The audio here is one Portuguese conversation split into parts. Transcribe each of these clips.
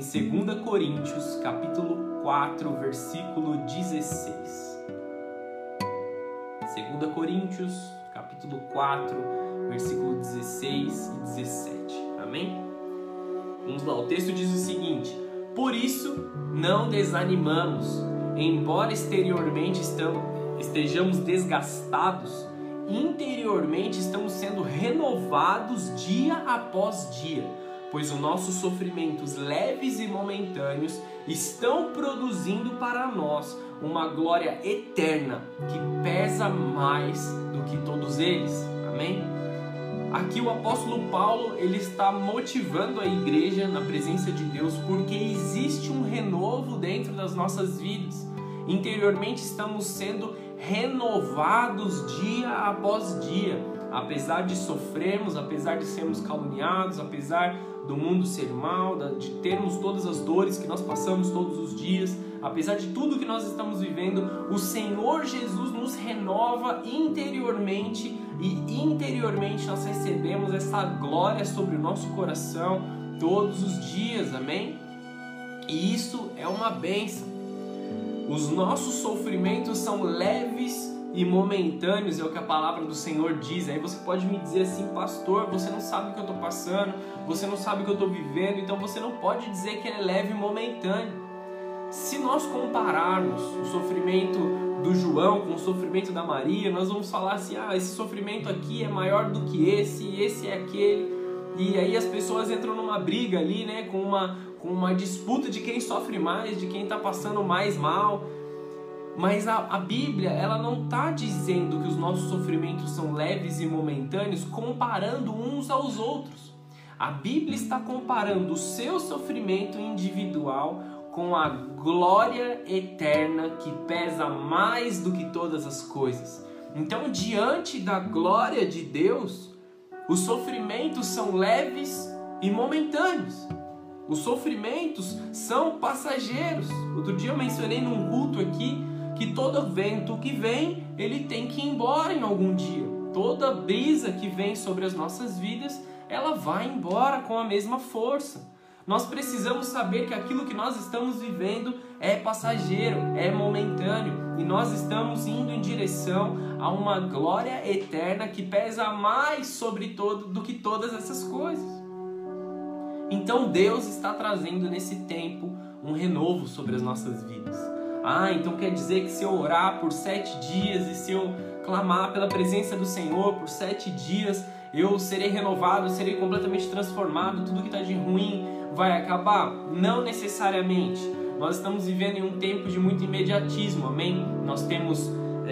2 Coríntios, capítulo 4, versículo 16. 2 Coríntios, capítulo 4, versículo 16 e 17. Amém? Vamos lá, o texto diz o seguinte: por isso não desanimamos, embora exteriormente estejamos desgastados, interiormente estamos sendo renovados dia após dia, pois os nossos sofrimentos leves e momentâneos estão produzindo para nós uma glória eterna que pesa mais do que todos eles. Amém? Aqui o apóstolo Paulo, ele está motivando a igreja na presença de Deus, porque existe um renovo dentro das nossas vidas. Interiormente estamos sendo renovados dia após dia, apesar de sofrermos, apesar de sermos caluniados, apesar do mundo ser mal, de termos todas as dores que nós passamos todos os dias, apesar de tudo que nós estamos vivendo, o Senhor Jesus nos renova interiormente, e interiormente nós recebemos essa glória sobre o nosso coração todos os dias, amém? E isso é uma bênção. Os nossos sofrimentos são leves e momentâneos, é o que a palavra do Senhor diz. Aí você pode me dizer assim: pastor, você não sabe o que eu estou passando, você não sabe o que eu estou vivendo, então você não pode dizer que ele é leve e momentâneo. Se nós compararmos o sofrimento do João com o sofrimento da Maria, nós vamos falar assim: esse sofrimento aqui é maior do que esse é aquele. E aí as pessoas entram numa briga ali, né, com uma disputa de quem sofre mais, de quem está passando mais mal. Mas a Bíblia, ela não está dizendo que os nossos sofrimentos são leves e momentâneos comparando uns aos outros. A Bíblia está comparando o seu sofrimento individual com a glória eterna que pesa mais do que todas as coisas. Então, diante da glória de Deus, os sofrimentos são leves e momentâneos. Os sofrimentos são passageiros. Outro dia eu mencionei num culto aqui que todo vento que vem, ele tem que ir embora em algum dia. Toda brisa que vem sobre as nossas vidas, ela vai embora com a mesma força. Nós precisamos saber que aquilo que nós estamos vivendo é passageiro, é momentâneo, e nós estamos indo em direção a uma glória eterna que pesa mais sobre todo do que todas essas coisas. Então Deus está trazendo nesse tempo um renovo sobre as nossas vidas. Então quer dizer que se eu orar por 7 dias e se eu clamar pela presença do Senhor por 7 dias, eu serei renovado, serei completamente transformado, tudo que está de ruim vai acabar? Não necessariamente. Nós estamos vivendo em um tempo de muito imediatismo, amém? Nós temos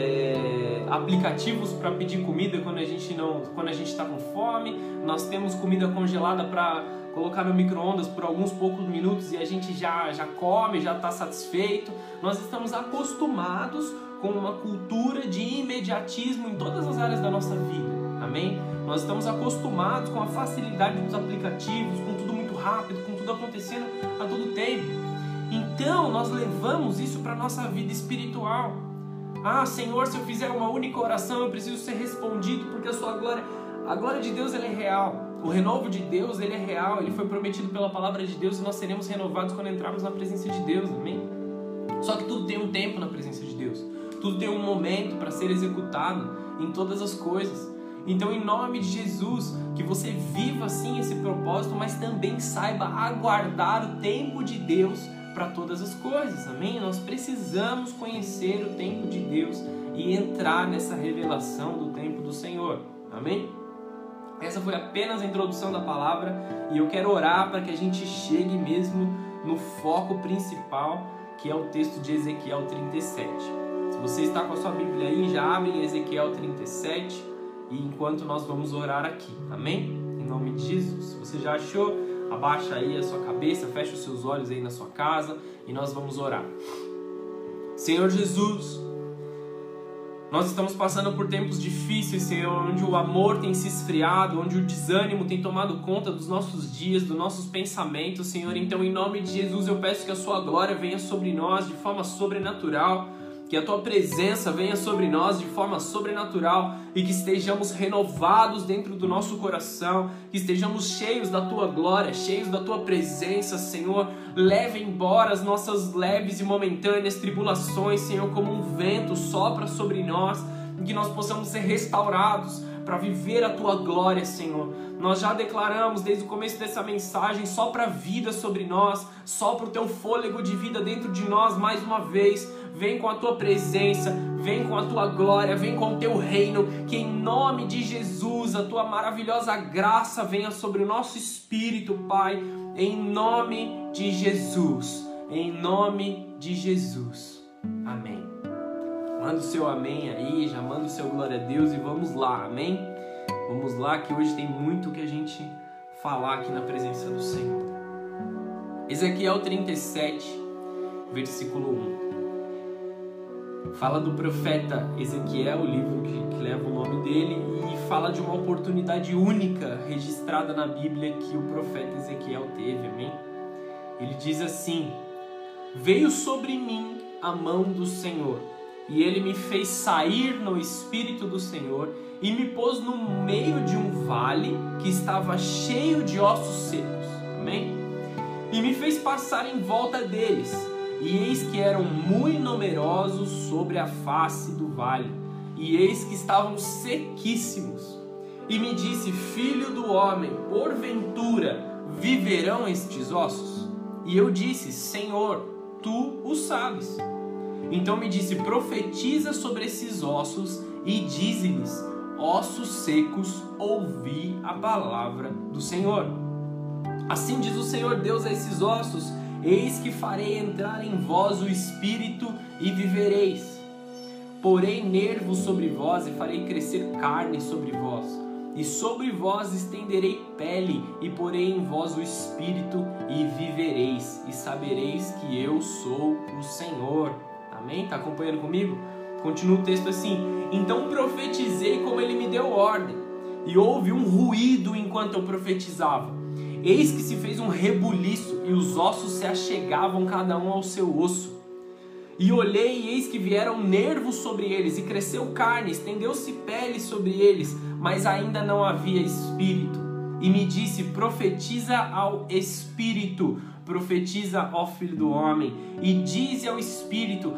aplicativos para pedir comida quando a gente está com fome. Nós temos comida congelada para colocar no micro-ondas por alguns poucos minutos e a gente já come, já está satisfeito. Nós estamos acostumados com uma cultura de imediatismo em todas as áreas da nossa vida, amém? Nós estamos acostumados com a facilidade dos aplicativos, com tudo muito rápido, com tudo acontecendo a todo tempo. Então nós levamos isso para a nossa vida espiritual. Senhor, se eu fizer uma única oração eu preciso ser respondido, porque a glória de Deus, ela é real. O renovo de Deus, ele é real, ele foi prometido pela palavra de Deus e nós seremos renovados quando entrarmos na presença de Deus, amém? Só que tudo tem um tempo na presença de Deus, tudo tem um momento para ser executado em todas as coisas. Então, em nome de Jesus, que você viva assim esse propósito, mas também saiba aguardar o tempo de Deus para todas as coisas, amém? Nós precisamos conhecer o tempo de Deus e entrar nessa revelação do tempo do Senhor, amém? Essa foi apenas a introdução da palavra e eu quero orar para que a gente chegue mesmo no foco principal, que é o texto de Ezequiel 37. Se você está com a sua Bíblia aí, já abre em Ezequiel 37 e enquanto nós vamos orar aqui, amém? Em nome de Jesus. Se você já achou, abaixa aí a sua cabeça, fecha os seus olhos aí na sua casa e nós vamos orar. Senhor Jesus, nós estamos passando por tempos difíceis, Senhor, onde o amor tem se esfriado, onde o desânimo tem tomado conta dos nossos dias, dos nossos pensamentos, Senhor. Então, em nome de Jesus, eu peço que a sua glória venha sobre nós de forma sobrenatural. que a Tua presença venha sobre nós de forma sobrenatural e que estejamos renovados dentro do nosso coração, que estejamos cheios da Tua glória, cheios da Tua presença, Senhor. Leve embora as nossas leves e momentâneas tribulações, Senhor, como um vento sopra sobre nós, e que nós possamos ser restaurados para viver a Tua glória, Senhor. Nós já declaramos desde o começo dessa mensagem, sopra a vida sobre nós, sopra o Teu fôlego de vida dentro de nós mais uma vez. Vem com a Tua presença, vem com a Tua glória, vem com o Teu reino, que em nome de Jesus a Tua maravilhosa graça venha sobre o nosso espírito, Pai, em nome de Jesus, em nome de Jesus. Amém. Manda o seu amém aí, já manda o seu glória a Deus e vamos lá, amém? Vamos lá, que hoje tem muito que a gente falar aqui na presença do Senhor. Ezequiel 37, versículo 1. Fala do profeta Ezequiel, o livro que leva o nome dele, e fala de uma oportunidade única registrada na Bíblia que o profeta Ezequiel teve, amém? Ele diz assim: veio sobre mim a mão do Senhor, e ele me fez sair no Espírito do Senhor e me pôs no meio de um vale que estava cheio de ossos secos, amém? E me fez passar em volta deles, e eis que eram muito numerosos sobre a face do vale, e eis que estavam sequíssimos. E me disse: filho do homem, porventura viverão estes ossos? E eu disse: Senhor, tu o sabes. Então me disse: profetiza sobre esses ossos e dize-lhes: ossos secos, ouvi a palavra do Senhor. Assim diz o Senhor Deus a esses ossos: eis que farei entrar em vós o espírito e vivereis. Porei nervos sobre vós e farei crescer carne sobre vós. E sobre vós estenderei pele e porei em vós o espírito e vivereis. E sabereis que eu sou o Senhor. Amém? Está acompanhando comigo? Continua o texto assim: então profetizei como ele me deu ordem, e houve um ruído enquanto eu profetizava. Eis que se fez um rebuliço, e os ossos se achegavam cada um ao seu osso. E olhei, e eis que vieram nervos sobre eles, e cresceu carne, estendeu-se pele sobre eles, mas ainda não havia espírito. E me disse: profetiza ao espírito, profetiza, ó filho do homem, e dize ao espírito: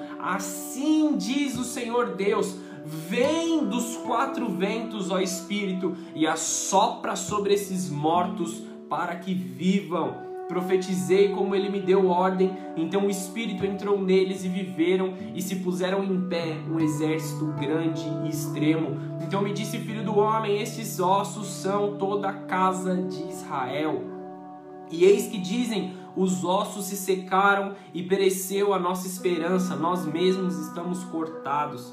assim diz o Senhor Deus, vem dos quatro ventos, ó espírito, e assopra sobre esses mortos para que vivam. Profetizei como ele me deu ordem, então o espírito entrou neles e viveram, e se puseram em pé um exército grande e extremo. Então me disse: filho do homem, estes ossos são toda a casa de Israel. E eis que dizem: os ossos se secaram e pereceu a nossa esperança, nós mesmos estamos cortados.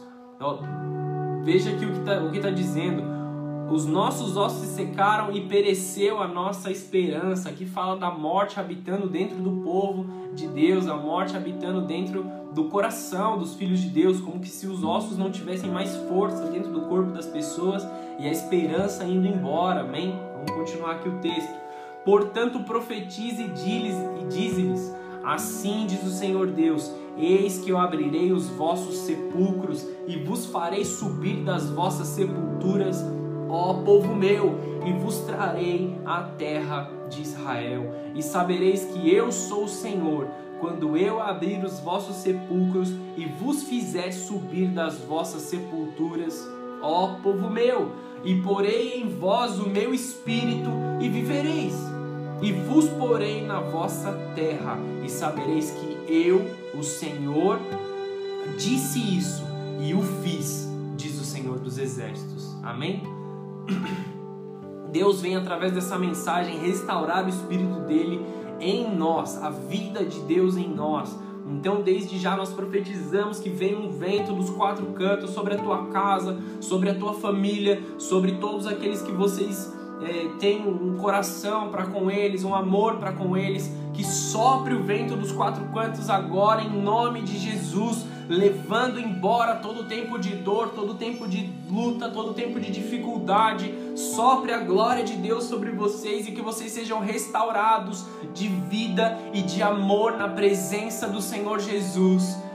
Veja aqui o que está dizendo: os nossos ossos se secaram e pereceu a nossa esperança. Aqui fala da morte habitando dentro do povo de Deus, a morte habitando dentro do coração dos filhos de Deus, como que se os ossos não tivessem mais força dentro do corpo das pessoas e a esperança indo embora, amém? Vamos continuar aqui o texto. Portanto profetize e dize-lhes: assim diz o Senhor Deus, eis que eu abrirei os vossos sepulcros e vos farei subir das vossas sepulturas, ó povo meu, e vos trarei à terra de Israel. E sabereis que eu sou o Senhor, quando eu abrir os vossos sepulcros e vos fizer subir das vossas sepulturas, ó povo meu, e porei em vós o meu espírito e vivereis. E vos porei na vossa terra, e sabereis que eu, o Senhor, disse isso e o fiz, diz o Senhor dos Exércitos. Amém? Deus vem através dessa mensagem restaurar o Espírito dele em nós, a vida de Deus em nós. Então desde já nós profetizamos que vem um vento dos quatro cantos sobre a tua casa, sobre a tua família, sobre todos aqueles que vocês têm um coração para com eles, um amor para com eles, que sopre o vento dos quatro cantos agora em nome de Jesus, levando embora todo o tempo de dor, todo o tempo de luta, todo o tempo de dificuldade. Sopre a glória de Deus sobre vocês e que vocês sejam restaurados de vida e de amor na presença do Senhor Jesus,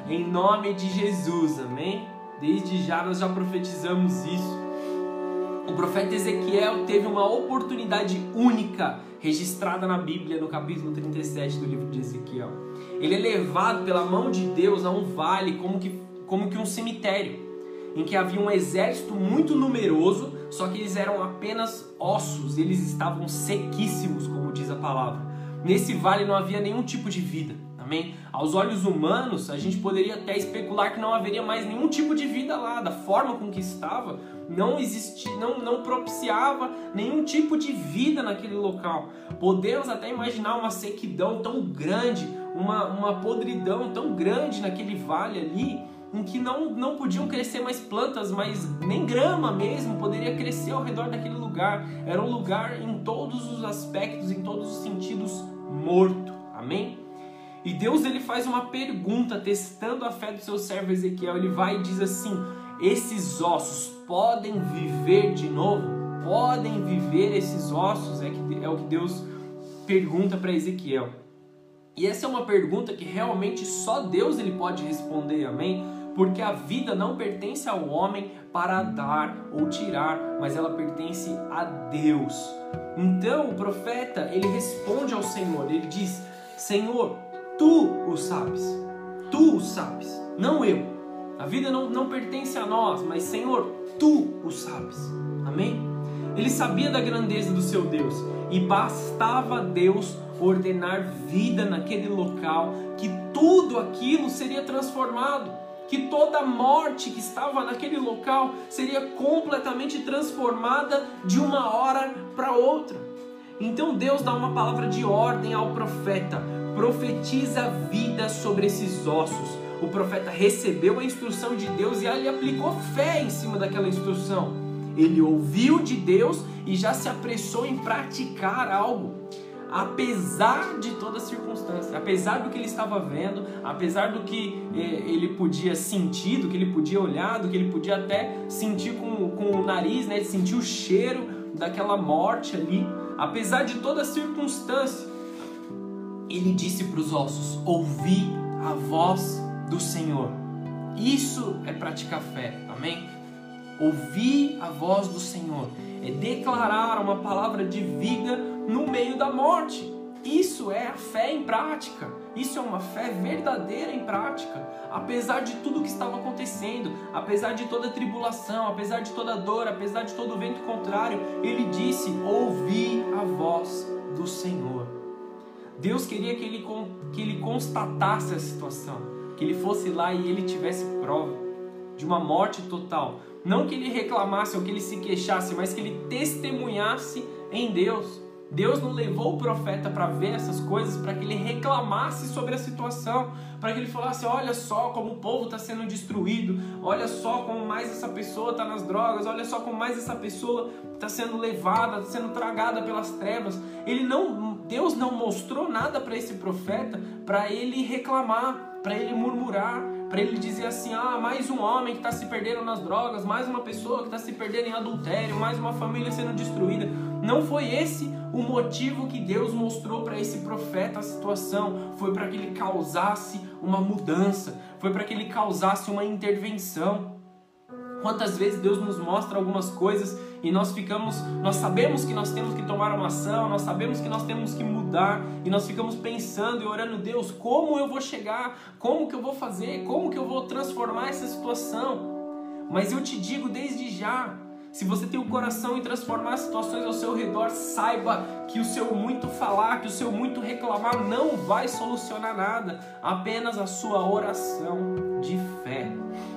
em nome de Jesus, amém? Desde já nós já profetizamos isso. O profeta Ezequiel teve uma oportunidade única registrada na Bíblia, no capítulo 37 do livro de Ezequiel. Ele é levado pela mão de Deus a um vale como que um cemitério, em que havia um exército muito numeroso, só que eles eram apenas ossos, eles estavam sequíssimos, como diz a palavra. Nesse vale não havia nenhum tipo de vida, amém? Aos olhos humanos, a gente poderia até especular que não haveria mais nenhum tipo de vida lá, da forma com que estava, não existia, não propiciava nenhum tipo de vida naquele local. Podemos até imaginar uma sequidão tão grande, uma podridão tão grande naquele vale ali, em que não podiam crescer mais plantas, mas nem grama mesmo poderia crescer ao redor daquele lugar. Era um lugar em todos os aspectos, em todos os sentidos, morto. Amém? E Deus ele faz uma pergunta, testando a fé do seu servo Ezequiel. Ele vai e diz assim: esses ossos podem viver de novo? Podem viver esses ossos? É o que Deus pergunta para Ezequiel. E essa é uma pergunta que realmente só Deus ele pode responder, amém? Porque a vida não pertence ao homem para dar ou tirar, mas ela pertence a Deus. Então o profeta, ele responde ao Senhor, ele diz: Senhor, Tu o sabes, não eu. A vida não pertence a nós, mas Senhor, Tu o sabes, amém? Ele sabia da grandeza do seu Deus e bastava Deus ordenar vida naquele local, que tudo aquilo seria transformado, que toda a morte que estava naquele local seria completamente transformada de uma hora para outra. Então Deus dá uma palavra de ordem ao profeta: profetiza vida sobre esses ossos. O profeta recebeu a instrução de Deus e ele aplicou fé em cima daquela instrução. Ele ouviu de Deus e já se apressou em praticar algo. Apesar de toda circunstância, apesar do que ele estava vendo, apesar do que ele podia sentir, do que ele podia olhar, do que ele podia até sentir com o nariz, né, sentir o cheiro daquela morte ali, apesar de toda circunstância, ele disse para os ossos: ouvi a voz do Senhor. Isso é praticar fé, amém? Ouvir a voz do Senhor é declarar uma palavra de vida no meio da morte. Isso é a fé em prática. Isso é uma fé verdadeira em prática. Apesar de tudo que estava acontecendo, apesar de toda tribulação, apesar de toda dor, apesar de todo vento contrário, ele disse: ouvi a voz do Senhor. Deus queria que ele constatasse a situação, que ele fosse lá e ele tivesse prova de uma morte total. Não que ele reclamasse ou que ele se queixasse, mas que ele testemunhasse em Deus. Deus não levou o profeta para ver essas coisas para que ele reclamasse sobre a situação, para que ele falasse: olha só como o povo está sendo destruído, olha só como mais essa pessoa está nas drogas, olha só como mais essa pessoa está sendo levada, está sendo tragada pelas trevas. Deus não mostrou nada para esse profeta para ele reclamar, para ele murmurar, para ele dizer assim: mais um homem que está se perdendo nas drogas, mais uma pessoa que está se perdendo em adultério, mais uma família sendo destruída. Não foi esse o motivo que Deus mostrou para esse profeta a situação. Foi para que ele causasse uma mudança, foi para que ele causasse uma intervenção. Quantas vezes Deus nos mostra algumas coisas e nós sabemos que nós temos que tomar uma ação, nós sabemos que nós temos que mudar e nós ficamos pensando e orando: Deus, como eu vou chegar? Como que eu vou fazer? Como que eu vou transformar essa situação? Mas eu te digo desde já, se você tem o coração em transformar as situações ao seu redor, saiba que o seu muito falar, que o seu muito reclamar não vai solucionar nada, apenas a sua oração de fé.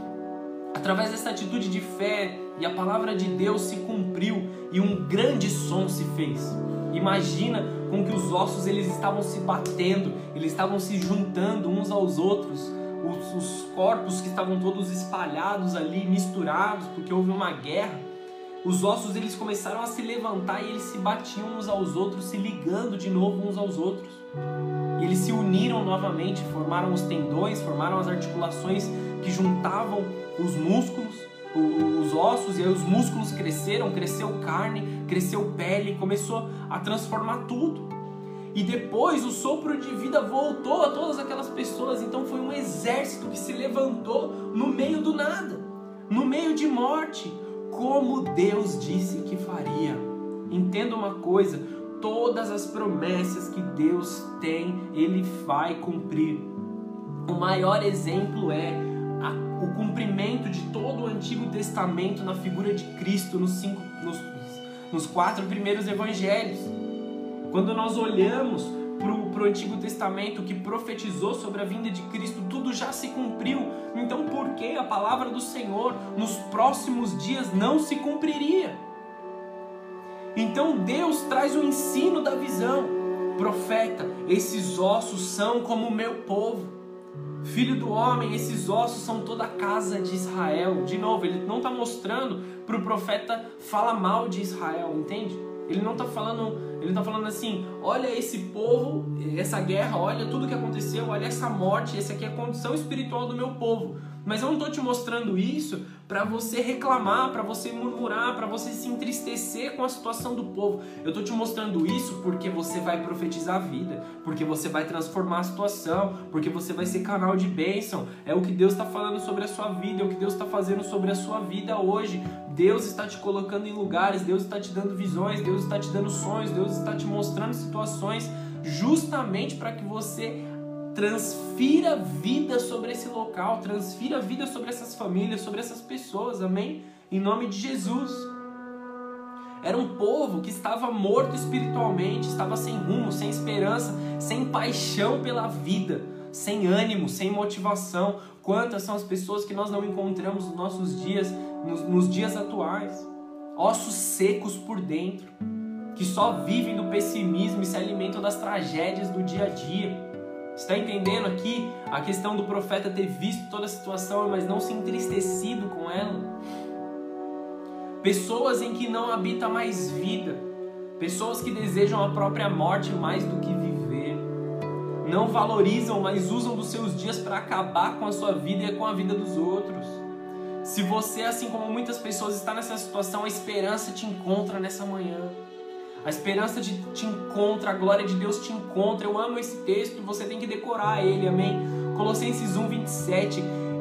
Através dessa atitude de fé, e a palavra de Deus se cumpriu e um grande som se fez. Imagina com que os ossos eles estavam se batendo, eles estavam se juntando uns aos outros, os corpos que estavam todos espalhados ali, misturados, porque houve uma guerra. Os ossos eles começaram a se levantar e eles se batiam uns aos outros, se ligando de novo uns aos outros. E eles se uniram novamente, formaram os tendões, formaram as articulações que juntavam os músculos, os ossos, e aí os músculos cresceu carne, cresceu pele, começou a transformar tudo. E depois o sopro de vida voltou a todas aquelas pessoas. Então foi um exército que se levantou no meio do nada, no meio de morte, como Deus disse que faria. Entenda uma coisa, todas as promessas que Deus tem, Ele vai cumprir. O maior exemplo é o cumprimento de todo o Antigo Testamento na figura de Cristo nos 4 primeiros evangelhos. Quando nós olhamos para o Antigo Testamento que profetizou sobre a vinda de Cristo, tudo já se cumpriu. Então por que a palavra do Senhor nos próximos dias não se cumpriria? Então Deus traz o ensino da visão. Profeta, esses ossos são como o meu povo. Filho do homem, esses ossos são toda a casa de Israel. De novo, ele não está mostrando para o profeta falar mal de Israel, entende? Ele não está falando, ele está falando assim, olha esse povo, essa guerra, olha tudo que aconteceu, olha essa morte, essa aqui é a condição espiritual do meu povo. Mas eu não estou te mostrando isso para você reclamar, para você murmurar, para você se entristecer com a situação do povo. Eu estou te mostrando isso porque você vai profetizar a vida, porque você vai transformar a situação, porque você vai ser canal de bênção. É o que Deus está falando sobre a sua vida, é o que Deus está fazendo sobre a sua vida hoje. Deus está te colocando em lugares, Deus está te dando visões, Deus está te dando sonhos, Deus está te mostrando situações justamente para que você transfira vida sobre esse local, transfira vida sobre essas famílias, sobre essas pessoas, amém? Em nome de Jesus. Era um povo que estava morto espiritualmente, estava sem rumo, sem esperança, sem paixão pela vida, sem ânimo, sem motivação. Quantas são as pessoas que nós não encontramos nos nossos dias, nos dias atuais? Ossos secos por dentro, que só vivem do pessimismo e se alimentam das tragédias do dia a dia. Está entendendo aqui a questão do profeta ter visto toda a situação, mas não se entristecido com ela? Pessoas em que não habita mais vida, pessoas que desejam a própria morte mais do que viver, não valorizam, mas usam dos seus dias para acabar com a sua vida e com a vida dos outros. Se você, assim como muitas pessoas, está nessa situação, a esperança te encontra nessa manhã. A esperança te encontra, a glória de Deus te encontra. Eu amo esse texto, você tem que decorar ele, amém? Colossenses 1:27.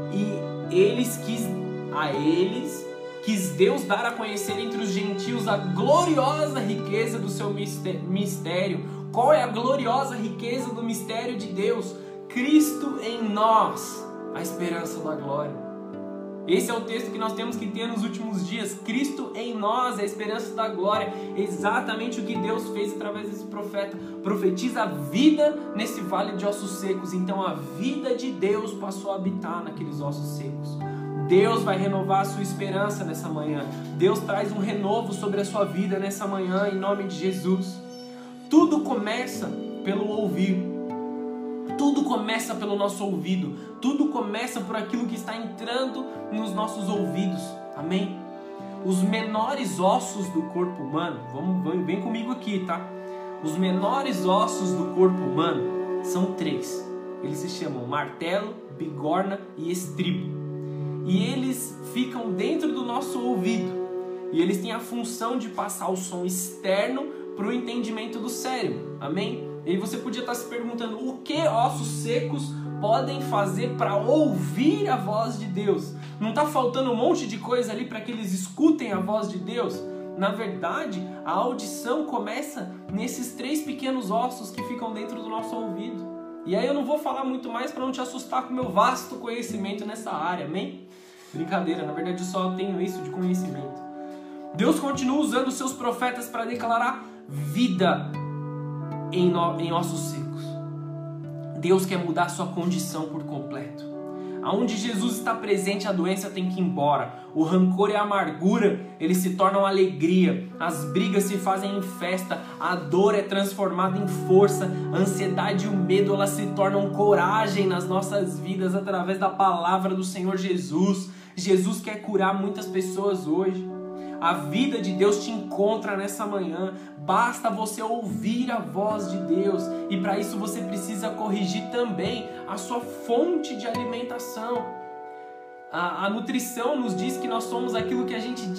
E a eles quis Deus dar a conhecer entre os gentios a gloriosa riqueza do seu mistério. Qual é a gloriosa riqueza do mistério de Deus? Cristo em nós, a esperança da glória. Esse é o texto que nós temos que ter nos últimos dias. Cristo em nós, a esperança da glória. Exatamente o que Deus fez através desse profeta. Profetiza a vida nesse vale de ossos secos. Então a vida de Deus passou a habitar naqueles ossos secos. Deus vai renovar a sua esperança nessa manhã. Deus traz um renovo sobre a sua vida nessa manhã, em nome de Jesus. Tudo começa pelo ouvir. Tudo começa pelo nosso ouvido. Tudo começa por aquilo que está entrando nos nossos ouvidos. Amém? Os menores ossos do corpo humano, vem comigo aqui, tá? Os menores ossos do corpo humano são 3. Eles se chamam martelo, bigorna e estribo. E eles ficam dentro do nosso ouvido. E eles têm a função de passar o som externo para o entendimento do cérebro. Amém? E aí você podia estar se perguntando o que ossos secos podem fazer para ouvir a voz de Deus? Não está faltando um monte de coisa ali para que eles escutem a voz de Deus? Na verdade, a audição começa nesses 3 pequenos ossos que ficam dentro do nosso ouvido. E aí eu não vou falar muito mais para não te assustar com o meu vasto conhecimento nessa área, amém? Brincadeira, na verdade eu só tenho isso de conhecimento. Deus continua usando os seus profetas para declarar vida em ossos secos. Deus quer mudar a sua condição por completo. Aonde Jesus está presente, a doença tem que ir embora. O rancor e a amargura, eles se tornam alegria. As brigas se fazem em festa. A dor é transformada em força. A ansiedade e o medo, elas se tornam coragem nas nossas vidas através da palavra do Senhor Jesus. Jesus quer curar muitas pessoas hoje. A vida de Deus te encontra nessa manhã. Basta você ouvir a voz de Deus. E para isso você precisa corrigir também a sua fonte de alimentação. A nutrição nos diz que nós somos aquilo que a gente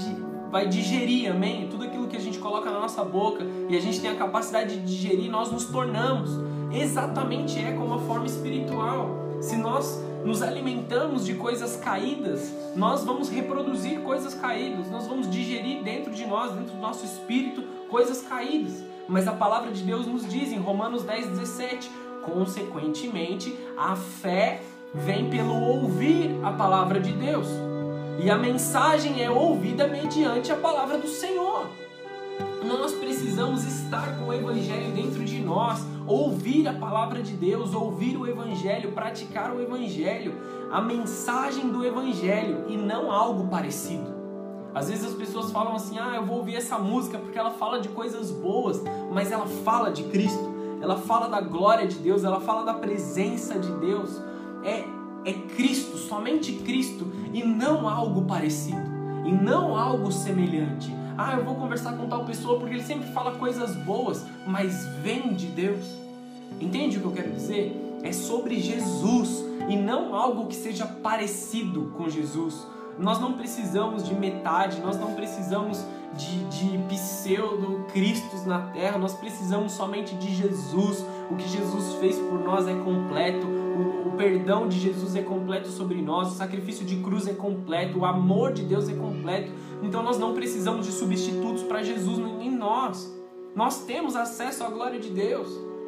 vai digerir, amém? Tudo aquilo que a gente coloca na nossa boca e a gente tem a capacidade de digerir, nós nos tornamos. Exatamente é como a forma espiritual. Se nós nos alimentamos de coisas caídas, nós vamos reproduzir coisas caídas, nós vamos digerir dentro de nós, dentro do nosso espírito, coisas caídas. Mas a palavra de Deus nos diz em Romanos 10:17, consequentemente, a fé vem pelo ouvir a palavra de Deus. E a mensagem é ouvida mediante a palavra do Senhor. Nós precisamos estar com o Evangelho dentro de nós, ouvir a palavra de Deus, ouvir o Evangelho, praticar o Evangelho, a mensagem do Evangelho e não algo parecido. Às vezes as pessoas falam assim, eu vou ouvir essa música porque ela fala de coisas boas, mas ela fala de Cristo, ela fala da glória de Deus, ela fala da presença de Deus. É Cristo, somente Cristo, e não algo parecido, e não algo semelhante. Eu vou conversar com tal pessoa porque ele sempre fala coisas boas, mas vem de Deus. Entende o que eu quero dizer? É sobre Jesus e não algo que seja parecido com Jesus. Nós não precisamos de metade, nós não precisamos de pseudo-cristos na terra, nós precisamos somente de Jesus. O que Jesus fez por nós é completo, o perdão de Jesus é completo sobre nós, o sacrifício de cruz é completo, o amor de Deus é completo. Então nós não precisamos de substitutos para Jesus em nós. Nós temos acesso à glória de Deus.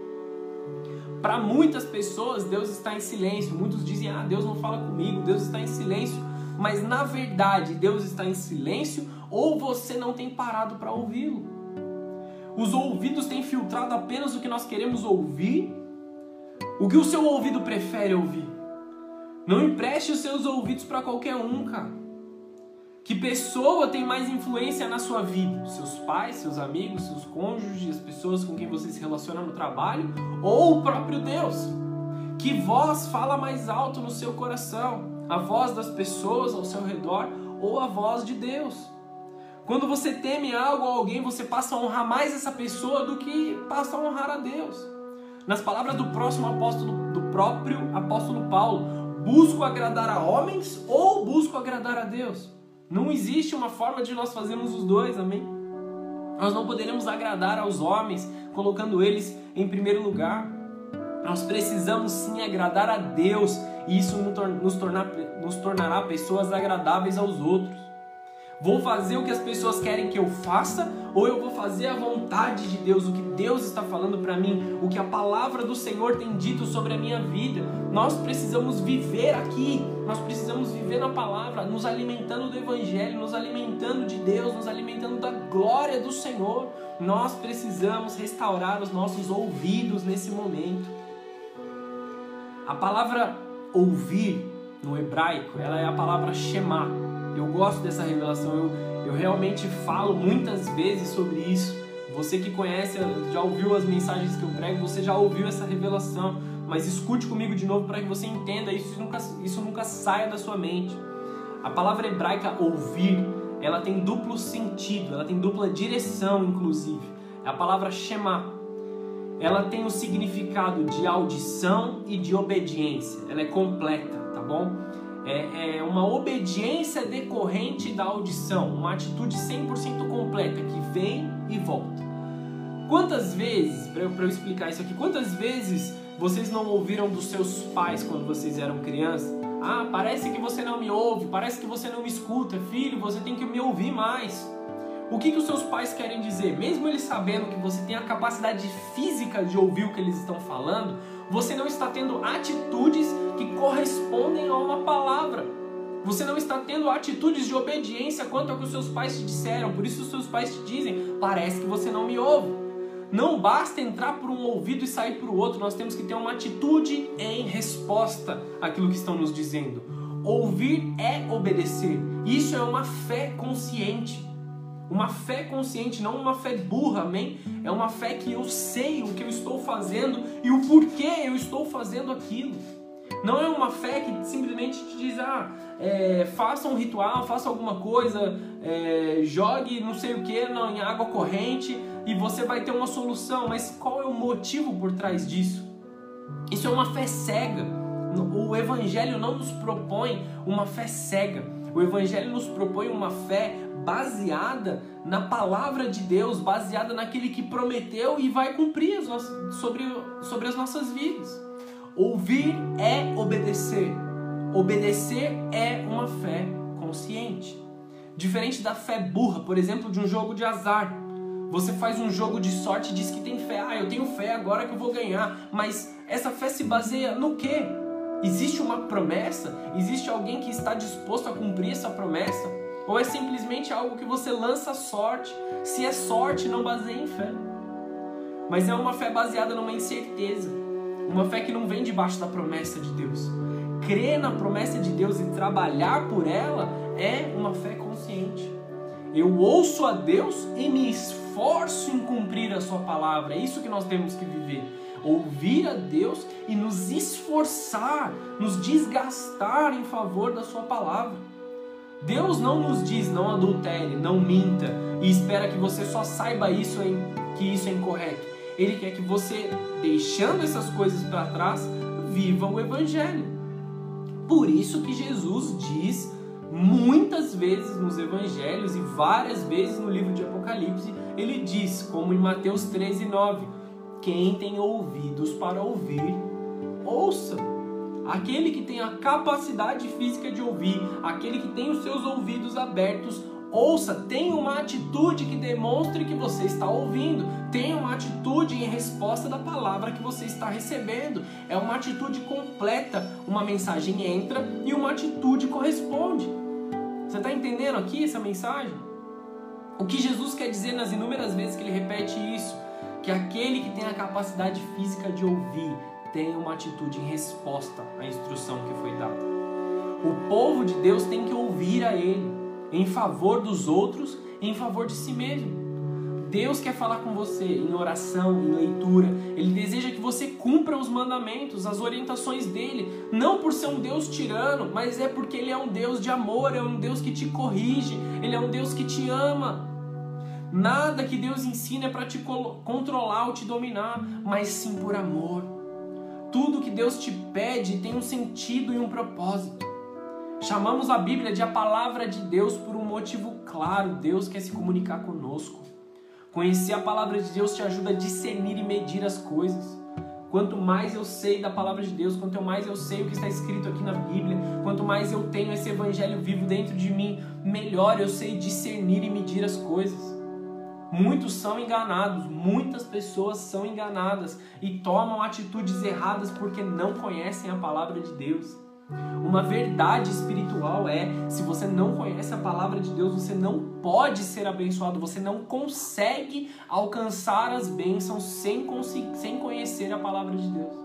Para muitas pessoas, Deus está em silêncio. Muitos dizem, Deus não fala comigo, Deus está em silêncio. Mas na verdade, Deus está em silêncio ou você não tem parado para ouvi-lo. Os ouvidos têm filtrado apenas o que nós queremos ouvir, o que o seu ouvido prefere ouvir. Não empreste os seus ouvidos para qualquer um, cara. Que pessoa tem mais influência na sua vida? Seus pais, seus amigos, seus cônjuges, as pessoas com quem você se relaciona no trabalho ou o próprio Deus? Que voz fala mais alto no seu coração? A voz das pessoas ao seu redor ou a voz de Deus? Quando você teme algo ou alguém, você passa a honrar mais essa pessoa do que passa a honrar a Deus. Nas palavras do próprio apóstolo Paulo, busco agradar a homens ou busco agradar a Deus? Não existe uma forma de nós fazermos os dois, amém? Nós não poderemos agradar aos homens colocando eles em primeiro lugar. Nós precisamos sim agradar a Deus e isso nos tornará pessoas agradáveis aos outros. Vou fazer o que as pessoas querem que eu faça ou eu vou fazer a vontade de Deus, o que Deus está falando para mim, o que a palavra do Senhor tem dito sobre a minha vida? Nós precisamos viver aqui, nós precisamos viver na palavra, nos alimentando do Evangelho, nos alimentando de Deus, nos alimentando da glória do Senhor. Nós precisamos restaurar os nossos ouvidos nesse momento. A palavra ouvir no hebraico, ela é a palavra shema. Eu gosto dessa revelação, eu realmente falo muitas vezes sobre isso. Você que conhece, já ouviu as mensagens que eu prego, você já ouviu essa revelação, mas escute comigo de novo para que você entenda isso nunca saia da sua mente. A palavra hebraica ouvir, ela tem duplo sentido, ela tem dupla direção inclusive. É a palavra shema. Ela tem o significado de audição e de obediência, ela é completa, tá bom? É uma obediência decorrente da audição, uma atitude 100% completa, que vem e volta. Quantas vezes, para eu explicar isso aqui, quantas vezes vocês não ouviram dos seus pais quando vocês eram crianças? Parece que você não me ouve, parece que você não me escuta, filho, você tem que me ouvir mais. O que os seus pais querem dizer? Mesmo eles sabendo que você tem a capacidade física de ouvir o que eles estão falando, você não está tendo atitudes que correspondem a uma palavra. Você não está tendo atitudes de obediência quanto ao que os seus pais te disseram. Por isso os seus pais te dizem, parece que você não me ouve. Não basta entrar por um ouvido e sair por outro. Nós temos que ter uma atitude em resposta àquilo que estão nos dizendo. Ouvir é obedecer. Isso é uma fé consciente. Uma fé consciente, não uma fé burra, amém? É uma fé que eu sei o que eu estou fazendo e o porquê eu estou fazendo aquilo. Não é uma fé que simplesmente te diz, faça um ritual, faça alguma coisa, jogue não sei o que em água corrente e você vai ter uma solução. Mas qual é o motivo por trás disso? Isso é uma fé cega. O Evangelho não nos propõe uma fé cega. O Evangelho nos propõe uma fé baseada na palavra de Deus, baseada naquele que prometeu e vai cumprir sobre as nossas vidas. Ouvir é obedecer. Obedecer é uma fé consciente. Diferente da fé burra, por exemplo, de um jogo de azar. Você faz um jogo de sorte e diz que tem fé. Eu tenho fé agora que eu vou ganhar. Mas essa fé se baseia no quê? Existe uma promessa? Existe alguém que está disposto a cumprir essa promessa? Ou é simplesmente algo que você lança sorte? Se é sorte, não baseia em fé. Mas é uma fé baseada numa incerteza. Uma fé que não vem debaixo da promessa de Deus. Crer na promessa de Deus e trabalhar por ela é uma fé consciente. Eu ouço a Deus e me esforço em cumprir a sua palavra. É isso que nós temos que viver. Ouvir a Deus e nos esforçar, nos desgastar em favor da sua palavra. Deus não nos diz não adultere, não minta e espera que você só saiba que isso é incorreto. Ele quer que você, deixando essas coisas para trás, viva o Evangelho. Por isso que Jesus diz muitas vezes nos Evangelhos e várias vezes no livro de Apocalipse, ele diz, como em Mateus 13:9, quem tem ouvidos para ouvir, ouça. Aquele que tem a capacidade física de ouvir, aquele que tem os seus ouvidos abertos, ouça. Tenha uma atitude que demonstre que você está ouvindo. Tenha uma atitude em resposta da palavra que você está recebendo. É uma atitude completa. Uma mensagem entra e uma atitude corresponde. Você está entendendo aqui essa mensagem? O que Jesus quer dizer nas inúmeras vezes que ele repete isso? Que aquele que tem a capacidade física de ouvir tem uma atitude em resposta à instrução que foi dada. O povo de Deus tem que ouvir a Ele, em favor dos outros e em favor de si mesmo. Deus quer falar com você em oração, em leitura. Ele deseja que você cumpra os mandamentos, as orientações dele. Não por ser um Deus tirano, mas é porque Ele é um Deus de amor, é um Deus que te corrige, Ele é um Deus que te ama. Nada que Deus ensina é para te controlar ou te dominar, mas sim por amor. Tudo que Deus te pede tem um sentido e um propósito. Chamamos a Bíblia de a palavra de Deus por um motivo claro. Deus quer se comunicar conosco. Conhecer a palavra de Deus te ajuda a discernir e medir as coisas. Quanto mais eu sei da palavra de Deus, quanto mais eu sei o que está escrito aqui na Bíblia, quanto mais eu tenho esse evangelho vivo dentro de mim, melhor eu sei discernir e medir as coisas. Muitos são enganados, muitas pessoas são enganadas e tomam atitudes erradas porque não conhecem a palavra de Deus. Uma verdade espiritual é, se você não conhece a palavra de Deus, você não pode ser abençoado, você não consegue alcançar as bênçãos sem conhecer a palavra de Deus.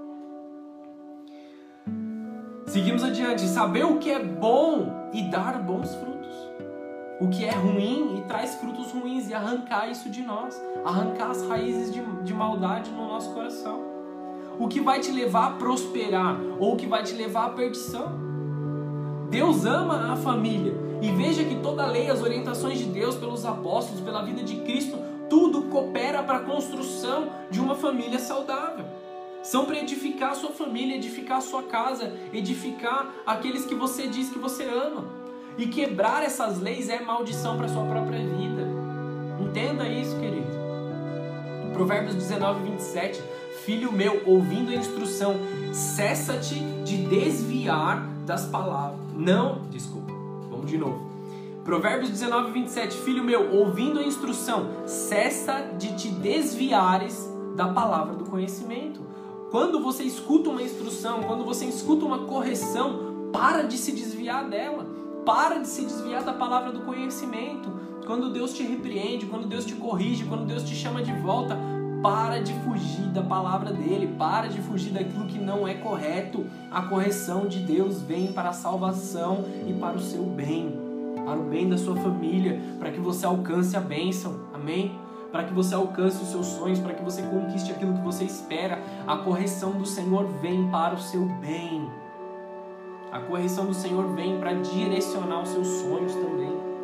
Seguimos adiante, saber o que é bom e dar bons frutos. O que é ruim e traz frutos ruins e arrancar isso de nós, arrancar as raízes de maldade no nosso coração. O que vai te levar a prosperar ou o que vai te levar à perdição. Deus ama a família e veja que toda a lei, as orientações de Deus pelos apóstolos, pela vida de Cristo, tudo coopera para a construção de uma família saudável. São para edificar a sua família, edificar a sua casa, edificar aqueles que você diz que você ama. E quebrar essas leis é maldição para a sua própria vida. Entenda isso, querido. Provérbios 19:27. Filho meu, ouvindo a instrução, cessa-te de desviar das palavras. Vamos de novo. Provérbios 19:27. Filho meu, ouvindo a instrução, cessa de te desviares da palavra do conhecimento. Quando você escuta uma instrução, quando você escuta uma correção, para de se desviar dela. Para de se desviar da palavra do conhecimento. Quando Deus te repreende, quando Deus te corrige, quando Deus te chama de volta, para de fugir da palavra dele, para de fugir daquilo que não é correto. A correção de Deus vem para a salvação e para o seu bem, para o bem da sua família, para que você alcance a bênção, amém? Para que você alcance os seus sonhos, para que você conquiste aquilo que você espera. A correção do Senhor vem para o seu bem. A correção do Senhor vem para direcionar os seus sonhos também.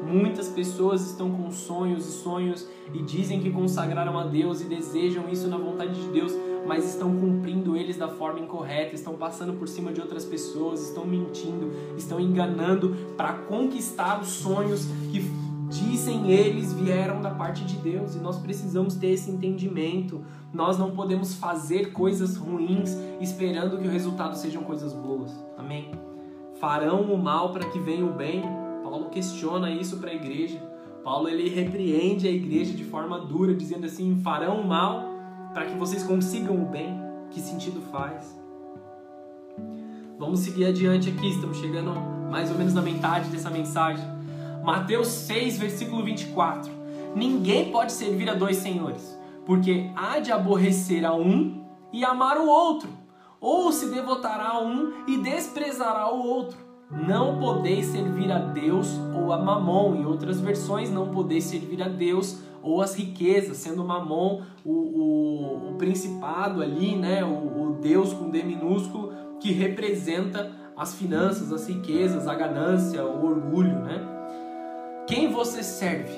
Muitas pessoas estão com sonhos e dizem que consagraram a Deus e desejam isso na vontade de Deus, mas estão cumprindo eles da forma incorreta, estão passando por cima de outras pessoas, estão mentindo, estão enganando para conquistar os sonhos que dizem eles vieram da parte de Deus. E nós precisamos ter esse entendimento. Nós não podemos fazer coisas ruins esperando que o resultado sejam coisas boas. Amém? Farão o mal para que venha o bem. Paulo questiona isso para a igreja. Paulo ele repreende a igreja de forma dura, dizendo assim: farão o mal para que vocês consigam o bem. Que sentido faz? Vamos seguir adiante aqui, estamos chegando mais ou menos na metade dessa mensagem. Mateus 6, versículo 24. Ninguém pode servir a dois senhores, porque há de aborrecer a um e amar o outro, ou se devotará a um e desprezará o outro. Não podeis servir a Deus ou a Mamon. Em outras versões, não podeis servir a Deus ou as riquezas, sendo Mamon o principado ali, né? o Deus com D minúsculo, que representa as finanças, as riquezas, a ganância, o orgulho, né? Quem você serve?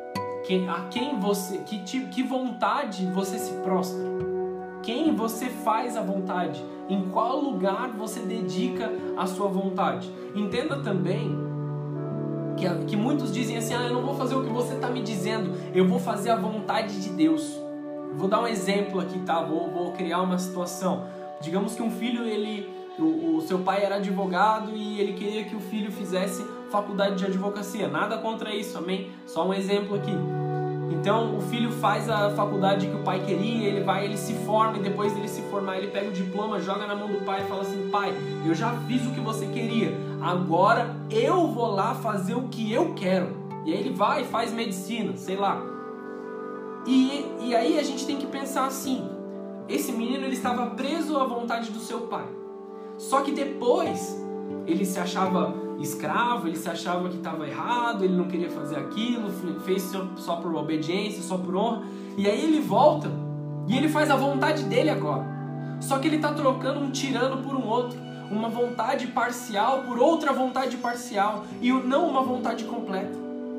Que vontade você se prostra? Quem você faz a vontade? Em qual lugar você dedica a sua vontade? Entenda também que muitos dizem assim: eu não vou fazer o que você está me dizendo, eu vou fazer a vontade de Deus. Vou dar um exemplo aqui, tá? Vou criar uma situação. Digamos que um filho, o seu pai era advogado e ele queria que o filho fizesse faculdade de advocacia. Nada contra isso, amém? Só um exemplo aqui. Então o filho faz a faculdade que o pai queria, ele se forma e depois dele se formar ele pega o diploma, joga na mão do pai e fala assim: pai, eu já fiz o que você queria, agora eu vou lá fazer o que eu quero. E aí ele vai e faz medicina, sei lá. E aí a gente tem que pensar assim: esse menino ele estava preso à vontade do seu pai. Só que depois ele se achava escravo, ele se achava que estava errado, ele não queria fazer aquilo, fez só por obediência, só por honra. E aí ele volta e ele faz a vontade dele agora. Só que ele está trocando um tirano por um outro, uma vontade parcial por outra vontade parcial e não uma vontade completa.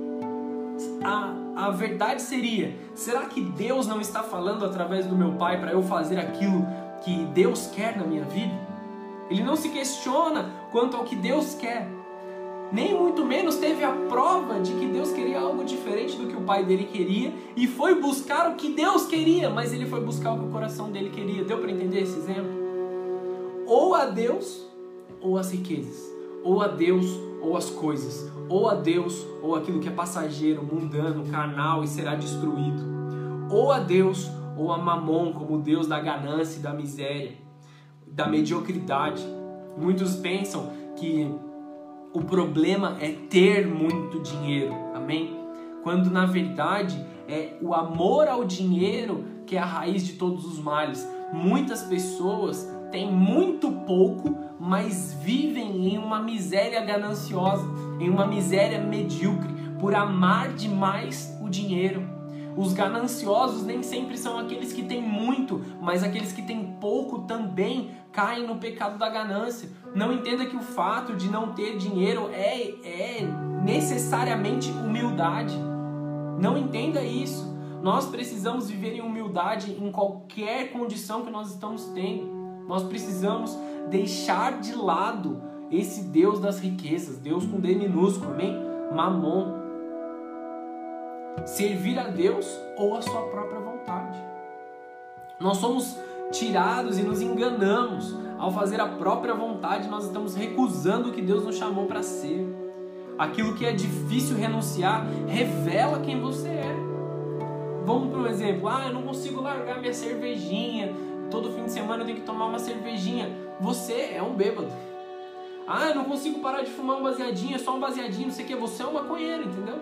A verdade seria: será que Deus não está falando através do meu pai para eu fazer aquilo que Deus quer na minha vida? Ele não se questiona quanto ao que Deus quer. Nem muito menos teve a prova de que Deus queria algo diferente do que o pai dele queria e foi buscar o que Deus queria, mas ele foi buscar o que o coração dele queria. Deu para entender esse exemplo? Ou a Deus ou as riquezas, ou a Deus ou as coisas, ou a Deus ou aquilo que é passageiro, mundano, carnal e será destruído, ou a Deus ou a Mamon, como o Deus da ganância e da miséria, da mediocridade. Muitos pensam que o problema é ter muito dinheiro, amém? Quando na verdade é o amor ao dinheiro que é a raiz de todos os males. Muitas pessoas têm muito pouco, mas vivem em uma miséria gananciosa, em uma miséria medíocre, por amar demais o dinheiro. Os gananciosos nem sempre são aqueles que têm muito, mas aqueles que têm pouco também caem no pecado da ganância. Não entenda que o fato de não ter dinheiro é necessariamente humildade. Não entenda isso. Nós precisamos viver em humildade em qualquer condição que nós estamos tendo. Nós precisamos deixar de lado esse Deus das riquezas, Deus com D minúsculo, amém? Mamon. Servir a Deus ou a sua própria vontade. Nós somos tirados e nos enganamos. Ao fazer a própria vontade, nós estamos recusando o que Deus nos chamou para ser. Aquilo que é difícil renunciar revela quem você é. Vamos para um exemplo. Eu não consigo largar minha cervejinha. Todo fim de semana eu tenho que tomar uma cervejinha. Você é um bêbado. Eu não consigo parar de fumar um baseadinho, é só um baseadinho, não sei o que. Você é um maconheiro, entendeu?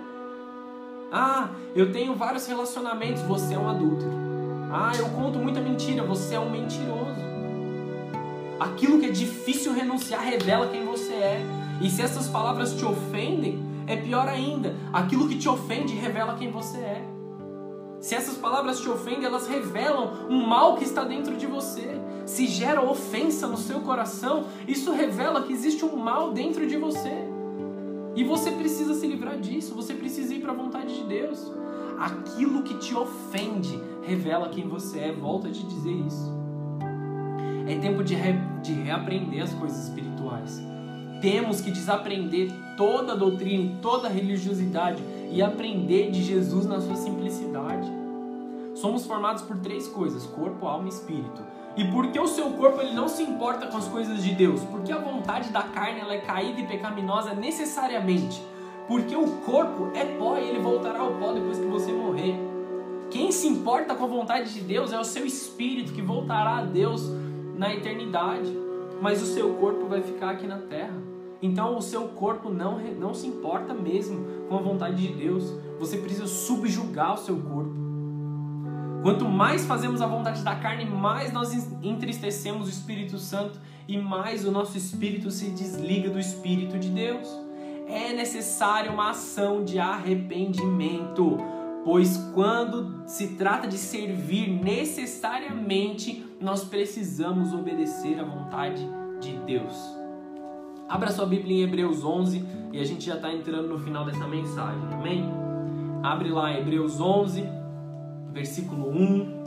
Eu tenho vários relacionamentos, você é um adúltero. Eu conto muita mentira, você é um mentiroso. Aquilo que é difícil renunciar revela quem você é. E se essas palavras te ofendem, é pior ainda. Aquilo que te ofende revela quem você é. Se essas palavras te ofendem, elas revelam um mal que está dentro de você. Se gera ofensa no seu coração, isso revela que existe um mal dentro de você. E você precisa se livrar disso, você precisa ir para a vontade de Deus. Aquilo que te ofende revela quem você é, volto a te dizer isso. É tempo de reaprender as coisas espirituais. Temos que desaprender toda a doutrina, toda a religiosidade e aprender de Jesus na sua simplicidade. Somos formados por 3 coisas: corpo, alma e espírito. E por que o seu corpo ele não se importa com as coisas de Deus? Porque a vontade da carne ela é caída e pecaminosa necessariamente. Porque o corpo é pó e ele voltará ao pó depois que você morrer. Quem se importa com a vontade de Deus é o seu espírito que voltará a Deus na eternidade. Mas o seu corpo vai ficar aqui na terra. Então o seu corpo não se importa mesmo com a vontade de Deus. Você precisa subjugar o seu corpo. Quanto mais fazemos a vontade da carne, mais nós entristecemos o Espírito Santo e mais o nosso espírito se desliga do Espírito de Deus. É necessária uma ação de arrependimento, pois quando se trata de servir, necessariamente nós precisamos obedecer à vontade de Deus. Abra sua Bíblia em Hebreus 11 e a gente já está entrando no final dessa mensagem, amém? Abre lá Hebreus 11, versículo 1.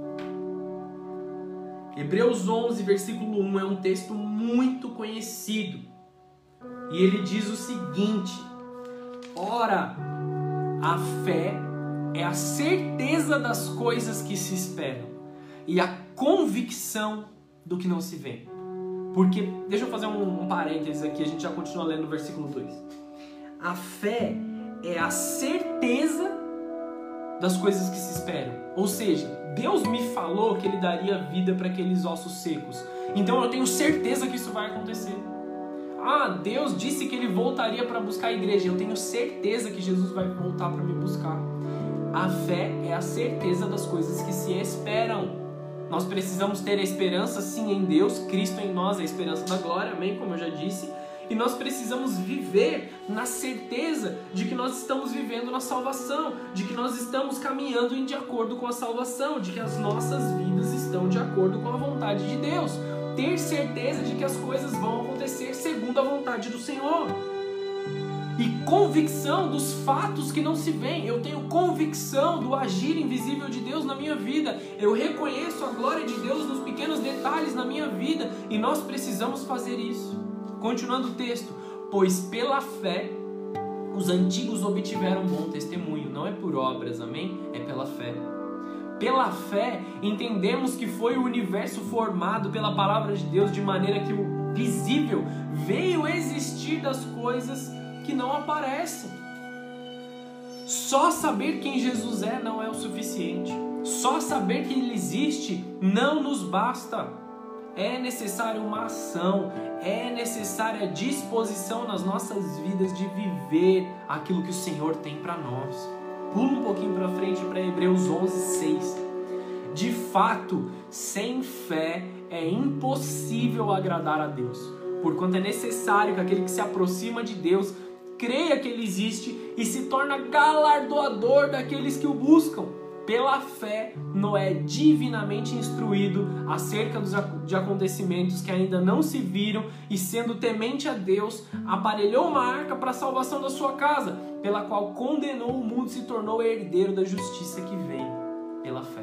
Hebreus 11, versículo 1 é um texto muito conhecido. E ele diz o seguinte: ora, a fé é a certeza das coisas que se esperam e a convicção do que não se vê. Porque, deixa eu fazer um parênteses aqui, a gente já continua lendo no versículo 2. A fé é a certeza das coisas que se esperam. Ou seja, Deus me falou que Ele daria vida para aqueles ossos secos. Então eu tenho certeza que isso vai acontecer. Ah, Deus disse que Ele voltaria para buscar a igreja. Eu tenho certeza que Jesus vai voltar para me buscar. A fé é a certeza das coisas que se esperam. Nós precisamos ter a esperança sim em Deus, Cristo em nós, a esperança da glória, amém, como eu já disse. E nós precisamos viver na certeza de que nós estamos vivendo na salvação, de que nós estamos caminhando de acordo com a salvação, de que as nossas vidas estão de acordo com a vontade de Deus. Ter certeza de que as coisas vão acontecer segundo a vontade do Senhor. E convicção dos fatos que não se veem. Eu tenho convicção do agir invisível de Deus na minha vida. Eu reconheço a glória de Deus nos pequenos detalhes na minha vida. E nós precisamos fazer isso. Continuando o texto. Pois pela fé os antigos obtiveram bom testemunho. Não é por obras, amém? É pela fé. Pela fé entendemos que foi o universo formado pela palavra de Deus, de maneira que o visível veio existir das coisas que não aparecem. Só saber quem Jesus é não é o suficiente. Só saber que Ele existe não nos basta. É necessário uma ação, é necessária disposição nas nossas vidas de viver aquilo que o Senhor tem para nós. Pula um pouquinho para frente para Hebreus 11, 6. De fato, sem fé é impossível agradar a Deus, porquanto é necessário que aquele que se aproxima de Deus creia que Ele existe e se torna galardoador daqueles que o buscam. Pela fé, Noé, divinamente instruído acerca de acontecimentos que ainda não se viram e sendo temente a Deus, aparelhou uma arca para a salvação da sua casa, pela qual condenou o mundo e se tornou herdeiro da justiça que vem pela fé.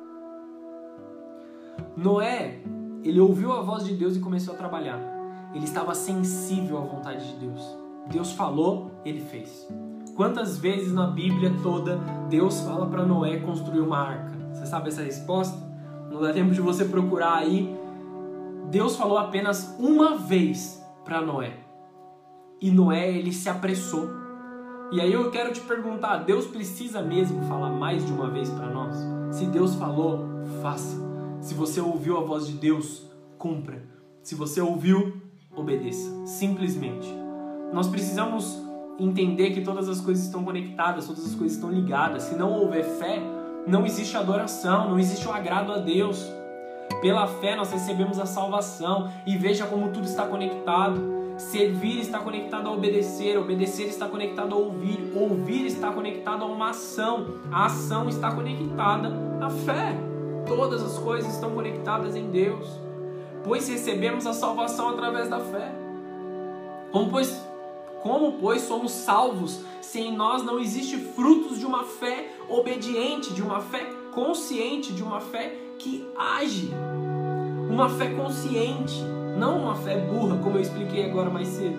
Noé, ele ouviu a voz de Deus e começou a trabalhar. Ele estava sensível à vontade de Deus. Deus falou, ele fez. Quantas vezes na Bíblia toda Deus fala para Noé construir uma arca? Você sabe essa resposta? Não dá tempo de você procurar aí. Deus falou apenas uma vez para Noé. E Noé, ele se apressou. E aí eu quero te perguntar, Deus precisa mesmo falar mais de uma vez para nós? Se Deus falou, faça. Se você ouviu a voz de Deus, cumpra. Se você ouviu, obedeça. Simplesmente. Nós precisamos entender que todas as coisas estão conectadas, todas as coisas estão ligadas. Se não houver fé, não existe adoração, não existe o agrado a Deus. Pela fé nós recebemos a salvação e veja como tudo está conectado. Servir está conectado a obedecer, obedecer está conectado a ouvir, ouvir está conectado a uma ação, a ação está conectada à fé. Todas as coisas estão conectadas em Deus, Como, pois, somos salvos se em nós não existe frutos de uma fé obediente, de uma fé consciente, de uma fé que age? Uma fé consciente, não uma fé burra, como eu expliquei agora mais cedo.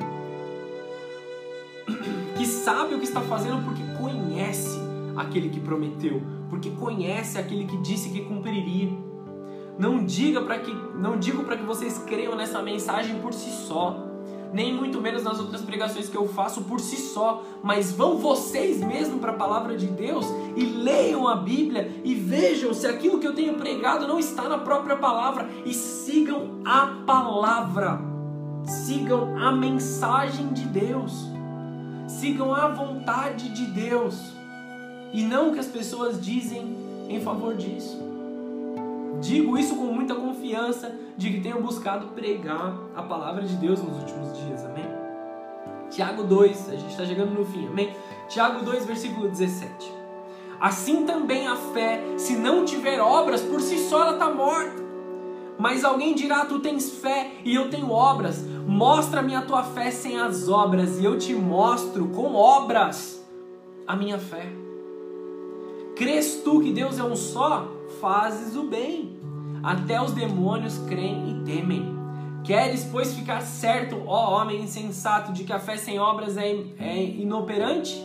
Que sabe o que está fazendo porque conhece aquele que prometeu, porque conhece aquele que disse que cumpriria. Não digo para que vocês creiam nessa mensagem por si só, nem muito menos nas outras pregações que eu faço por si só, mas vão vocês mesmos para a palavra de Deus e leiam a Bíblia e vejam se aquilo que eu tenho pregado não está na própria palavra e sigam a palavra, sigam a mensagem de Deus, sigam a vontade de Deus e não o que as pessoas dizem em favor disso. Digo isso com muita confiança de que tenho buscado pregar a palavra de Deus nos últimos dias, amém? Tiago 2, a gente está chegando no fim, amém? Tiago 2, versículo 17. Assim também a fé, se não tiver obras, por si só ela está morta. Mas alguém dirá, tu tens fé e eu tenho obras. Mostra-me a tua fé sem as obras e eu te mostro com obras a minha fé. Crês tu que Deus é um só? Fazes o bem. Até os demônios creem e temem. Queres, pois, ficar certo, ó homem insensato, de que a fé sem obras é inoperante?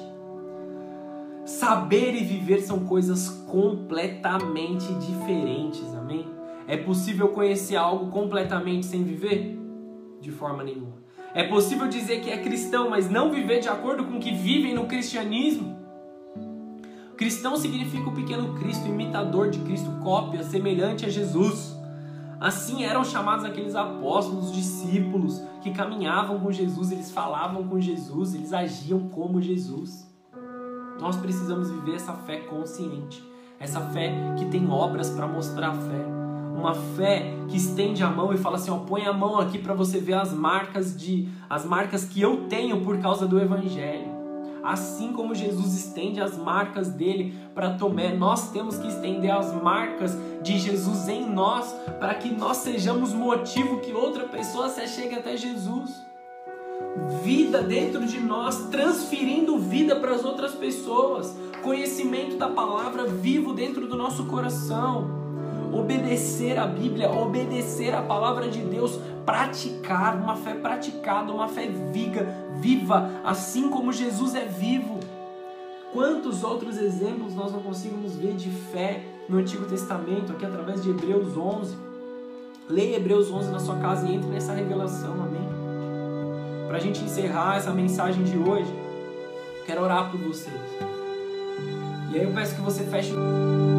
Saber e viver são coisas completamente diferentes, amém? É possível conhecer algo completamente sem viver? De forma nenhuma. É possível dizer que é cristão, mas não viver de acordo com o que vivem no cristianismo? Cristão significa o pequeno Cristo, imitador de Cristo, cópia, semelhante a Jesus. Assim eram chamados aqueles apóstolos, discípulos, que caminhavam com Jesus, eles falavam com Jesus, eles agiam como Jesus. Nós precisamos viver essa fé consciente, essa fé que tem obras para mostrar a fé. Uma fé que estende a mão e fala assim, ó, põe a mão aqui para você ver as marcas que eu tenho por causa do Evangelho. Assim como Jesus estende as marcas dele para Tomé, nós temos que estender as marcas de Jesus em nós, para que nós sejamos motivo que outra pessoa se chegue até Jesus. Vida dentro de nós, transferindo vida para as outras pessoas. Conhecimento da palavra vivo dentro do nosso coração. Obedecer a Bíblia, obedecer a palavra de Deus, praticar, uma fé praticada, uma fé viva, assim como Jesus é vivo. Quantos outros exemplos nós não conseguimos ver de fé no Antigo Testamento, aqui através de Hebreus 11. Leia Hebreus 11 na sua casa e entre nessa revelação, amém? Para a gente encerrar essa mensagem de hoje, quero orar por vocês. E aí eu peço que você feche